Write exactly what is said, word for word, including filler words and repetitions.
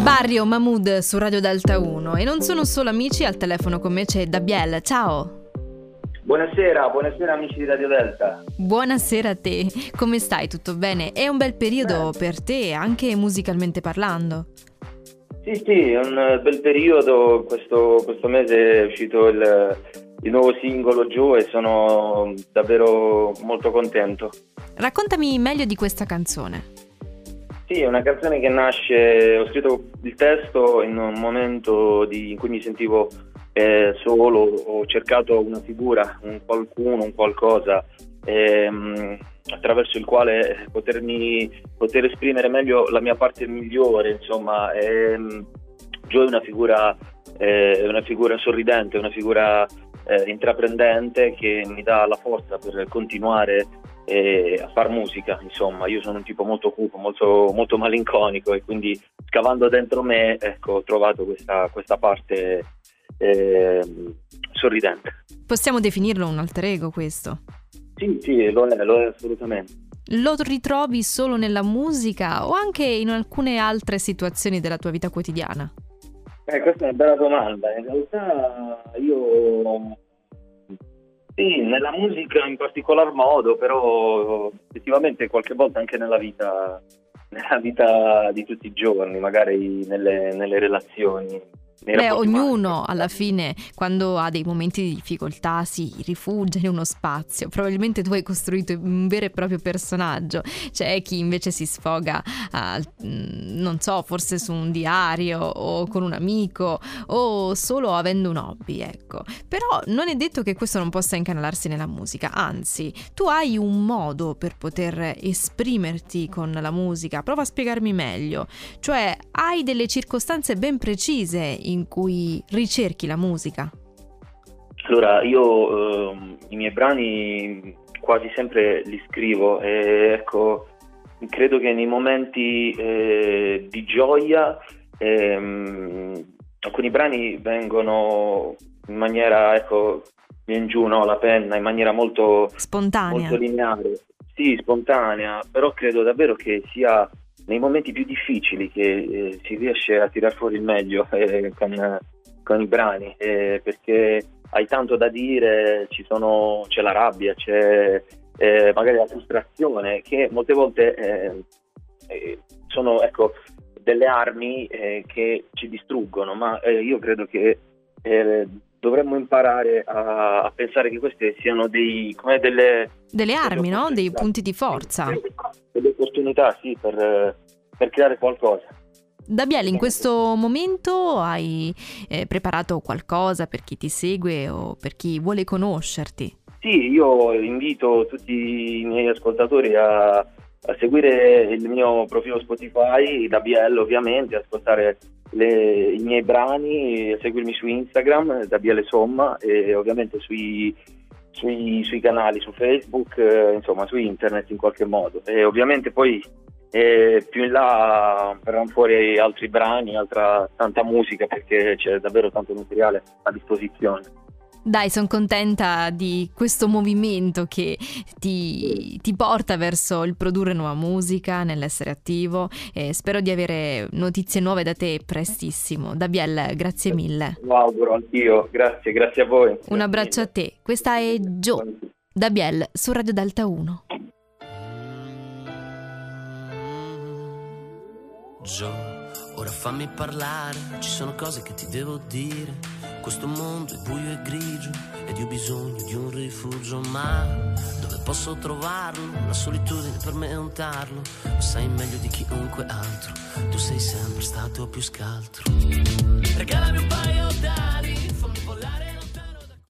Barrio Mahmood su Radio Delta uno. E non sono solo amici, al telefono con me c'è Dabiel. Ciao. Buonasera, buonasera amici di Radio Delta. Buonasera a te, come stai? Tutto bene? È un bel periodo Beh. per te, anche musicalmente parlando. Sì, sì, è un bel periodo. Questo, questo mese è uscito il, il nuovo singolo Giù e sono davvero molto contento. Raccontami meglio di questa canzone. Sì, è una canzone che nasce, ho scritto il testo in un momento di, in cui mi sentivo eh, solo, ho cercato una figura, un qualcuno, un qualcosa ehm, attraverso il quale potermi poter esprimere meglio la mia parte migliore, insomma. Ehm, Joe è una figura, eh, una figura sorridente, una figura eh, intraprendente che mi dà la forza per continuare eh, a far musica. Insomma, io sono un tipo molto cupo, molto, molto malinconico e quindi scavando dentro me, ecco, ho trovato questa, questa parte eh, sorridente. Possiamo definirlo un alter ego questo? Sì, sì, lo è, lo è assolutamente. Lo ritrovi solo nella musica o anche in alcune altre situazioni della tua vita quotidiana? Eh, questa è una bella domanda. In realtà io sì, nella musica in particolar modo, però effettivamente qualche volta anche nella vita, nella vita di tutti i giorni, magari nelle, nelle relazioni. Beh, ognuno alla fine, quando ha dei momenti di difficoltà, si rifugia in uno spazio. Probabilmente tu hai costruito un vero e proprio personaggio. C'è chi invece si sfoga, a, non so, forse su un diario o con un amico o solo avendo un hobby, ecco. Però non è detto che questo non possa incanalarsi nella musica. Anzi, tu hai un modo per poter esprimerti con la musica. Prova a spiegarmi meglio. Cioè, hai delle circostanze ben precise in cui ricerchi la musica? Allora, io eh, i miei brani quasi sempre li scrivo e ecco, credo che nei momenti eh, di gioia ehm, alcuni brani vengono in maniera, ecco, viene giù, no, la penna in maniera molto spontanea, molto lineare, sì, spontanea, però credo davvero che sia nei momenti più difficili che eh, si riesce a tirar fuori il meglio eh, con, con i brani, eh, perché hai tanto da dire, ci sono, c'è la rabbia, c'è eh, magari la frustrazione, che molte volte eh, eh, sono, ecco, delle armi eh, che ci distruggono, ma eh, io credo che eh, dovremmo imparare a, a pensare che queste siano dei, come delle delle armi, no? Dei punti di forza, delle opportunità, sì, per, per creare qualcosa. Dabiel, in questo momento hai eh, preparato qualcosa per chi ti segue o per chi vuole conoscerti? Sì, io invito tutti i miei ascoltatori a, a seguire il mio profilo Spotify, Dabiel ovviamente, ascoltare Le, i miei brani, seguirmi su Instagram, Dabiele Somma, e ovviamente sui, sui, sui canali, su Facebook, eh, insomma su internet in qualche modo. E ovviamente poi eh, più in là verranno fuori altri brani, altra tanta musica, perché c'è davvero tanto materiale a disposizione. Dai, sono contenta di questo movimento che ti, ti porta verso il produrre nuova musica, nell'essere attivo, e spero di avere notizie nuove da te prestissimo. Dabiel, grazie mille. Lo auguro anch'io, grazie, grazie a voi. Un abbraccio a te. Questa è Joe, Dabiel su Radio Delta uno. Joe, ora fammi parlare, ci sono cose che ti devo dire. Questo mondo è buio e grigio ed io ho bisogno di un rifugio, ma dove posso trovarlo? La solitudine per me è un tarlo. Lo sai meglio di chiunque altro, tu sei sempre stato più scaltro. Regalami un paio d'ali, fammi volare.